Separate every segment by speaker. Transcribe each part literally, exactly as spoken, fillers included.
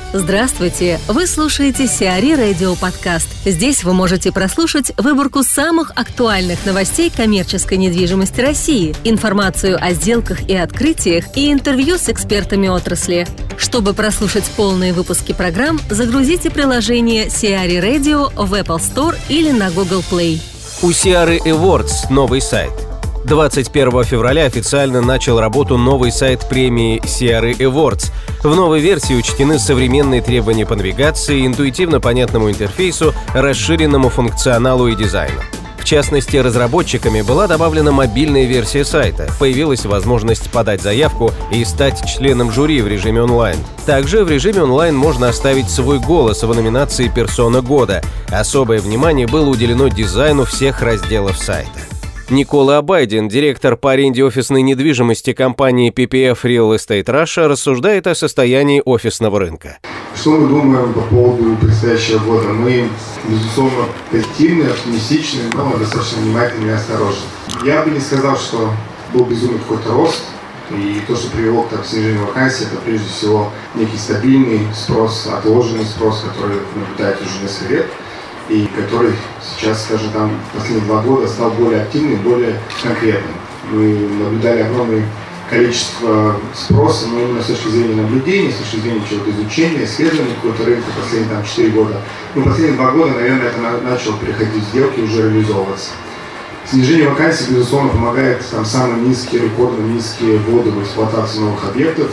Speaker 1: Здравствуйте! Вы слушаете Сиари Радио Подкаст. Здесь вы можете прослушать выборку самых актуальных новостей коммерческой недвижимости России, информацию о сделках и открытиях и интервью с экспертами отрасли. Чтобы прослушать полные выпуски программ, загрузите приложение Сиари Radio в Apple Store или на Google Play.
Speaker 2: У Сиары Awards новый сайт. двадцать первого февраля официально начал работу новый сайт премии Сиары Awards. В новой версии учтены современные требования по навигации, интуитивно понятному интерфейсу, расширенному функционалу и дизайну. В частности, разработчиками была добавлена мобильная версия сайта, появилась возможность подать заявку и стать членом жюри в режиме онлайн. Также в режиме онлайн можно оставить свой голос в номинации «Персона года». Особое внимание было уделено дизайну всех разделов сайта. Никола Абайдин, директор по аренде офисной недвижимости компании пи пи эф Real Estate Russia, рассуждает о состоянии офисного рынка.
Speaker 3: Что мы думаем по поводу предстоящего года? Мы, безусловно, позитивны, оптимистичны, но достаточно внимательны и осторожны. Я бы не сказал, что был безумный какой-то рост, и то, что привело к снижению вакансий, это прежде всего некий стабильный спрос, отложенный спрос, который наблюдается уже несколько лет, и который сейчас, скажем, там, последние два года стал более активным, более конкретным. Мы наблюдали огромное количество спроса, но именно с точки зрения наблюдения, с точки зрения чего-то изучения, исследования какого-то рынка последние там, четыре года. Ну, последние два года, наверное, это на, начало переходить в сделки и уже реализовываться. Снижение вакансий, безусловно, помогает там, самые низкие, рекордно низкие вводы в эксплуатацию новых объектов.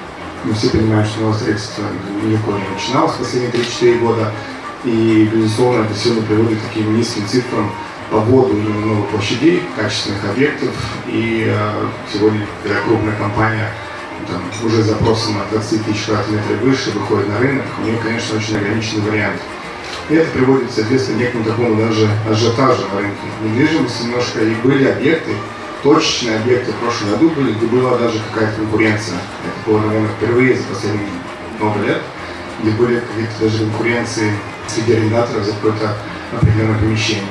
Speaker 3: Мы все понимаем, что новое строительство легко не начиналось последние три-четыре года. И, безусловно, это сегодня приводит к таким низким цифрам по вводу именно новых площадей, качественных объектов. И э, сегодня, когда крупная компания там, уже запросом на двадцать тысяч квадратных метров выше выходит на рынок, у нее, конечно, очень ограниченный вариант. И это приводит, соответственно, к некому такому даже ажиотажу на рынке недвижимости немножко. И были объекты, точечные объекты в прошлом году были, где была даже какая-то конкуренция. Это было, наверное, впервые за последние много лет, где были какие-то даже конкуренции среди арендаторов за какое-то определенное помещение.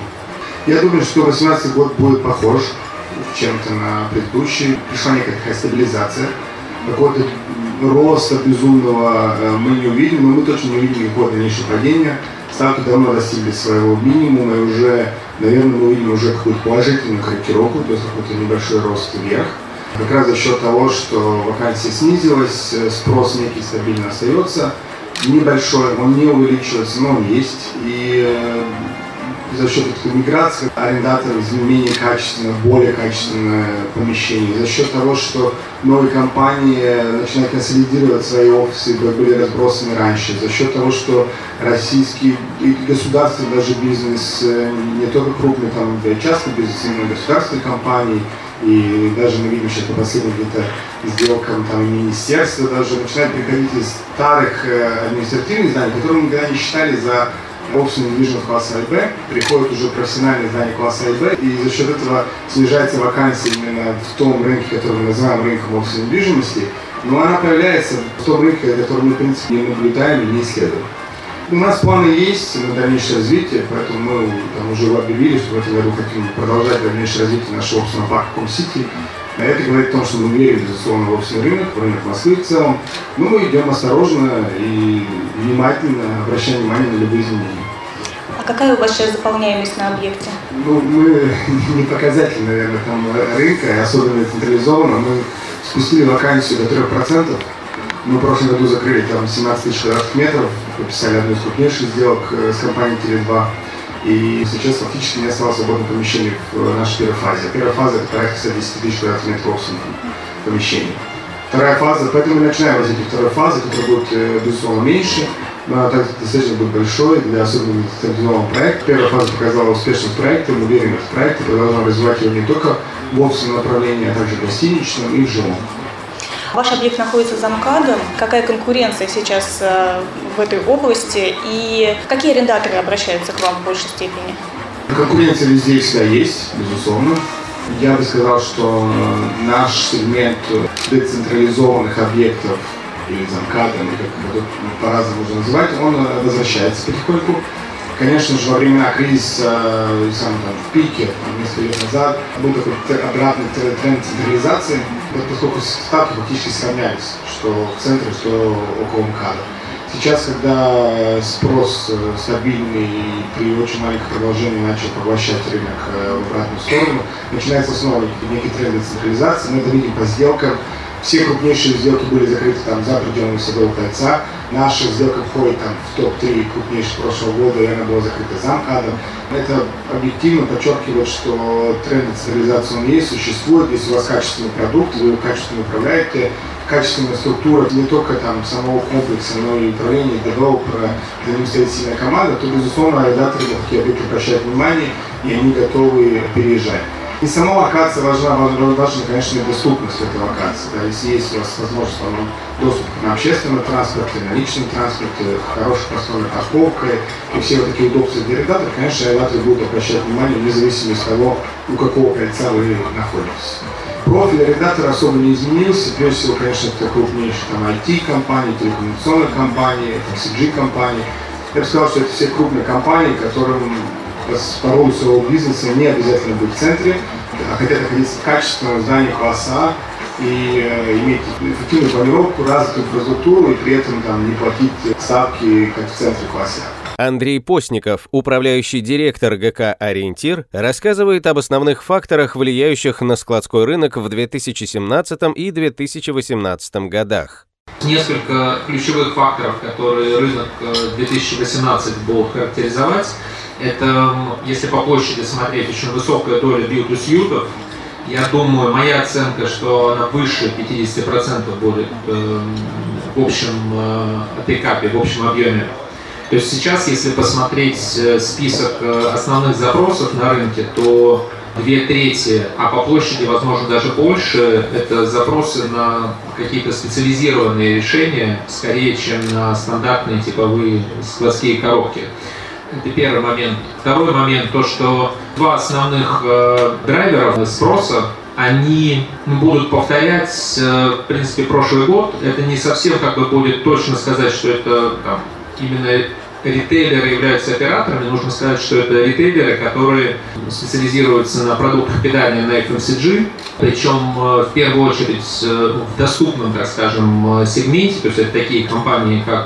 Speaker 3: Я думаю, что две тысячи восемнадцатый год будет похож чем-то на предыдущий. Пришла некая такая стабилизация. Какого-то роста безумного мы не увидим, но мы точно не увидим никакого дальнейшего падения. Ставки давно достигли своего минимума, и уже, наверное, мы увидим уже какую-то положительную корректировку, то есть какой-то небольшой рост вверх. Как раз за счет того, что вакансия снизилась, спрос некий стабильно остается. Небольшой, он не увеличивается, но он есть. И э, за счет этой миграции арендаторы менее качественное, более качественное помещение. За счет того, что новые компании начинают консолидировать свои офисы, которые были разбросаны раньше. За счет того, что российский и государственный даже бизнес, не только крупный там, частный бизнес, именно государственные компании, и даже мы видим сейчас по последним где-то сделкам там, министерства даже начинают приходить из старых э, административных зданий, которые мы никогда не считали за офисную недвижимость класса А и Б, приходят уже профессиональные здания класса А и Б, и за счет этого снижается вакансия именно в том рынке, который мы называем рынком офисной недвижимости, но она появляется в том рынке, который мы в принципе не наблюдаем и не исследуем. У нас планы есть на дальнейшее развитие, поэтому мы там, уже объявили, что в этом году хотим продолжать дальнейшее развитие нашего офисного парка Ком-Сити. Это говорит о том, что мы верим, безусловно, в офисный рынок, в рынок Москвы в целом. Но мы идем осторожно и внимательно, обращая внимание на любые изменения.
Speaker 4: А какая у вас сейчас заполняемость на объекте?
Speaker 3: Ну, мы не показатель, наверное, там рынка, особенно централизованно. Мы спустили вакансию до трех процентов. Мы в прошлом году закрыли там семнадцать тысяч квадратных метров, подписали одну из крупнейших сделок с компанией Теле два. И сейчас фактически не осталось свободных помещений в нашей первой фазе. Первая фаза – это порядка десять тысяч квадратных метров помещений. Вторая фаза, поэтому мы начинаем развитие второй фазы, которая будет, безусловно, меньше, но она также достаточно будет большой для особенно централизованного проекта. Первая фаза показала успешность проекта, мы верим в этот проект и продолжаем развивать его не только в офисном направлении, а также в гостиничном и в жилом.
Speaker 4: Ваш объект находится за МКАДом. Какая конкуренция сейчас э, в этой области и какие арендаторы обращаются к вам в большей степени?
Speaker 3: Конкуренция везде всегда есть, безусловно. Я бы сказал, что наш сегмент децентрализованных объектов или за МКАДом, или как это по-разному можно называть, он возвращается потихоньку. Конечно же, во времена кризиса, сам там, в пике, там, несколько лет назад, был такой обратный тренд централизации, поскольку ставки фактически сравнялись, что в центре, что около МКАДа. Сейчас, когда спрос стабильный и при очень маленьком продолжении начал поглощать рынок в обратную сторону, начинается снова некий тренд децентрализации. Мы это видим по сделкам. Все крупнейшие сделки были закрыты там за пределами Садового кольца. Наша сделка входит там в топ три крупнейших прошлого года, и она была закрыта за МКАДом. Это объективно подчеркивает, что тренд децентрализации он есть, существует. Если у вас качественный продукт, вы его качественно управляете, качественная структура не только там самого комплекса, но и управления, девелопера, за ним стоит сильная команда, то, безусловно, арендаторы на такие объекты обращают внимание, и они готовы переезжать. И сама локация важна, важна, важна, конечно, и доступность этой локации. Да, если есть у вас возможность доступ на общественном транспорте, на личном транспорте, хорошей просторной парковкой и все вот такие удобства для арендаторов, конечно, арендаторы будут обращать внимание вне зависимости от того, у какого кольца вы находитесь. Профиль арендатора особо не изменился. Прежде всего, конечно, это крупнейшие там ай ти-компании, телекоммуникационные компании, эф эм си джи-компании. Я бы сказал, что это все крупные компании, которым порой своего бизнеса не обязательно быть в центре, а хотят находиться в качественном здании класса А и э, иметь эффективную планировку, развитую инфраструктуру и при этом там, не платить ставки, как в центре класса А.
Speaker 2: Андрей Постников, управляющий директор ГК «Ориентир», рассказывает об основных факторах, влияющих на складской рынок в две тысячи семнадцатом и две тысячи восемнадцатом годах.
Speaker 5: Несколько ключевых факторов, которые рынок две тысячи восемнадцатый будет характеризовать. Это, если по площади смотреть, очень высокая доля билд-ту-сьютов. Я думаю, моя оценка, что она выше пятьдесят процентов будет э, в общем э, пикапе, в общем объеме. То есть сейчас, если посмотреть список основных запросов на рынке, то две трети, а по площади, возможно, даже больше, это запросы на какие-то специализированные решения, скорее, чем на стандартные типовые складские коробки. Это первый момент. Второй момент, то, что два основных э, драйвера спроса, они будут повторять, э, в принципе, прошлый год. Это не совсем как бы будет точно сказать, что это там, именно ритейлеры являются операторами. Нужно сказать, что это ритейлеры, которые специализируются на продуктах питания на эф эм си джи, причем э, в первую очередь э, в доступном, так скажем, сегменте. То есть это такие компании, как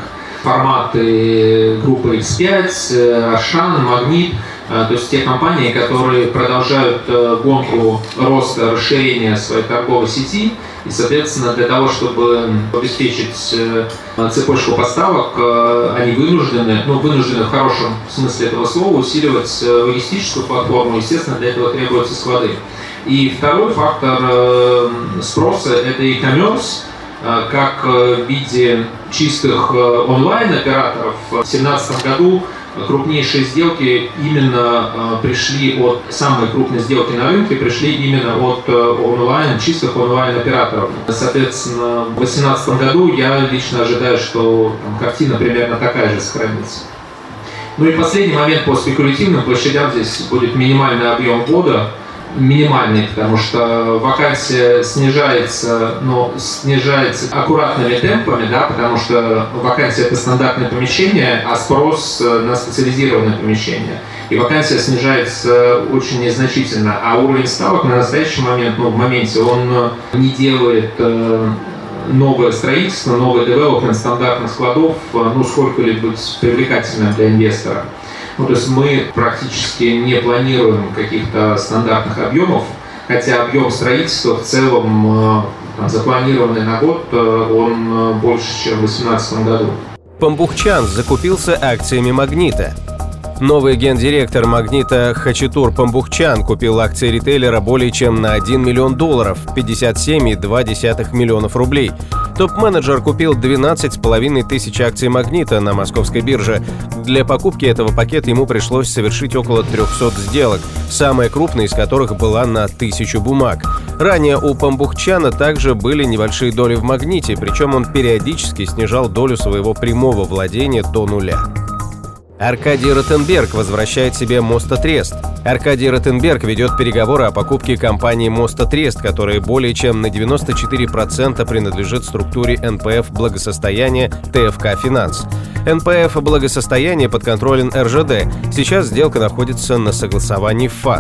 Speaker 5: форматы группы икс пять, Ашан, Магнит, то есть те компании, которые продолжают гонку роста, расширения своей торговой сети, и, соответственно, для того, чтобы обеспечить цепочку поставок, они вынуждены, ну, вынуждены в хорошем смысле этого слова, усиливать логистическую платформу, естественно, для этого требуются склады. И второй фактор спроса – это e-commerce, как в виде чистых онлайн-операторов. В две тысячи семнадцатом году крупнейшие сделки именно пришли от, самые крупные сделки на рынке пришли именно от онлайн, чистых онлайн-операторов. Соответственно, в две тысячи восемнадцатом году я лично ожидаю, что там, картина примерно такая же сохранится. Ну и последний момент по спекулятивным площадям. Здесь будет минимальный объем ввода. Минимальный, потому что вакансия снижается, но снижается аккуратными темпами, да, потому что вакансия – это стандартное помещение, а спрос на специализированное помещение. И вакансия снижается очень незначительно, а уровень ставок на настоящий момент, ну, в моменте, он не делает э, новое строительство, новый девелопмент стандартных складов, ну, сколько-либо привлекательным для инвестора. Ну, то есть мы практически не планируем каких-то стандартных объемов, хотя объем строительства в целом, там, запланированный на год, он больше, чем в две тысячи восемнадцатом году.
Speaker 2: Памбухчан закупился акциями «Магнита». Новый гендиректор «Магнита» Хачатур Памбухчан купил акции ритейлера более чем на один миллион долларов, пятьдесят семь целых две десятых миллионов рублей. Топ-менеджер купил двенадцать с половиной тысяч акций «Магнита» на московской бирже. Для покупки этого пакета ему пришлось совершить около трехсот сделок, самая крупная из которых была на тысячу бумаг. Ранее у Памбухчана также были небольшие доли в «Магните», причем он периодически снижал долю своего прямого владения до нуля. Аркадий Ротенберг возвращает себе Мостотрест. Аркадий Ротенберг ведет переговоры о покупке компании Мостотрест, которая более чем на девяносто четыре процента принадлежит структуре эн пэ эф «Благосостояние» тэ эф ка «Финанс». эн пэ эф «Благосостояние» подконтролен эр жэ дэ. Сейчас сделка находится на согласовании в ФАС.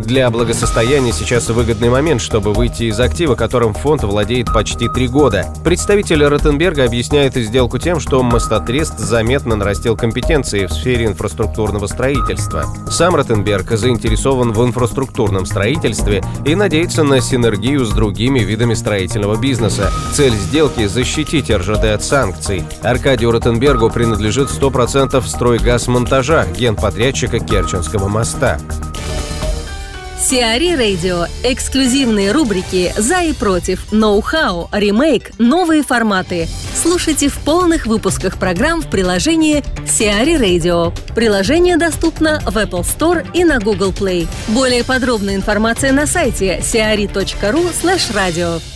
Speaker 2: Для благосостояния сейчас выгодный момент, чтобы выйти из актива, которым фонд владеет почти три года. Представитель Ротенберга объясняет сделку тем, что Мостотрест заметно нарастил компетенции в сфере инфраструктурного строительства. Сам Ротенберг заинтересован в инфраструктурном строительстве и надеется на синергию с другими видами строительного бизнеса. Цель сделки – защитить эр жэ дэ от санкций. Аркадию Ротенбергу принадлежит сто процентов «Стройгазмонтажа», генподрядчика Керченского моста.
Speaker 1: Сиари Radio. Эксклюзивные рубрики «За и против», «Ноу-хау», «Ремейк», «Новые форматы». Слушайте в полных выпусках программ в приложении Сиари Radio. Приложение доступно в Apple Store и на Google Play. Более подробная информация на сайте сиари точка ру слэш радио.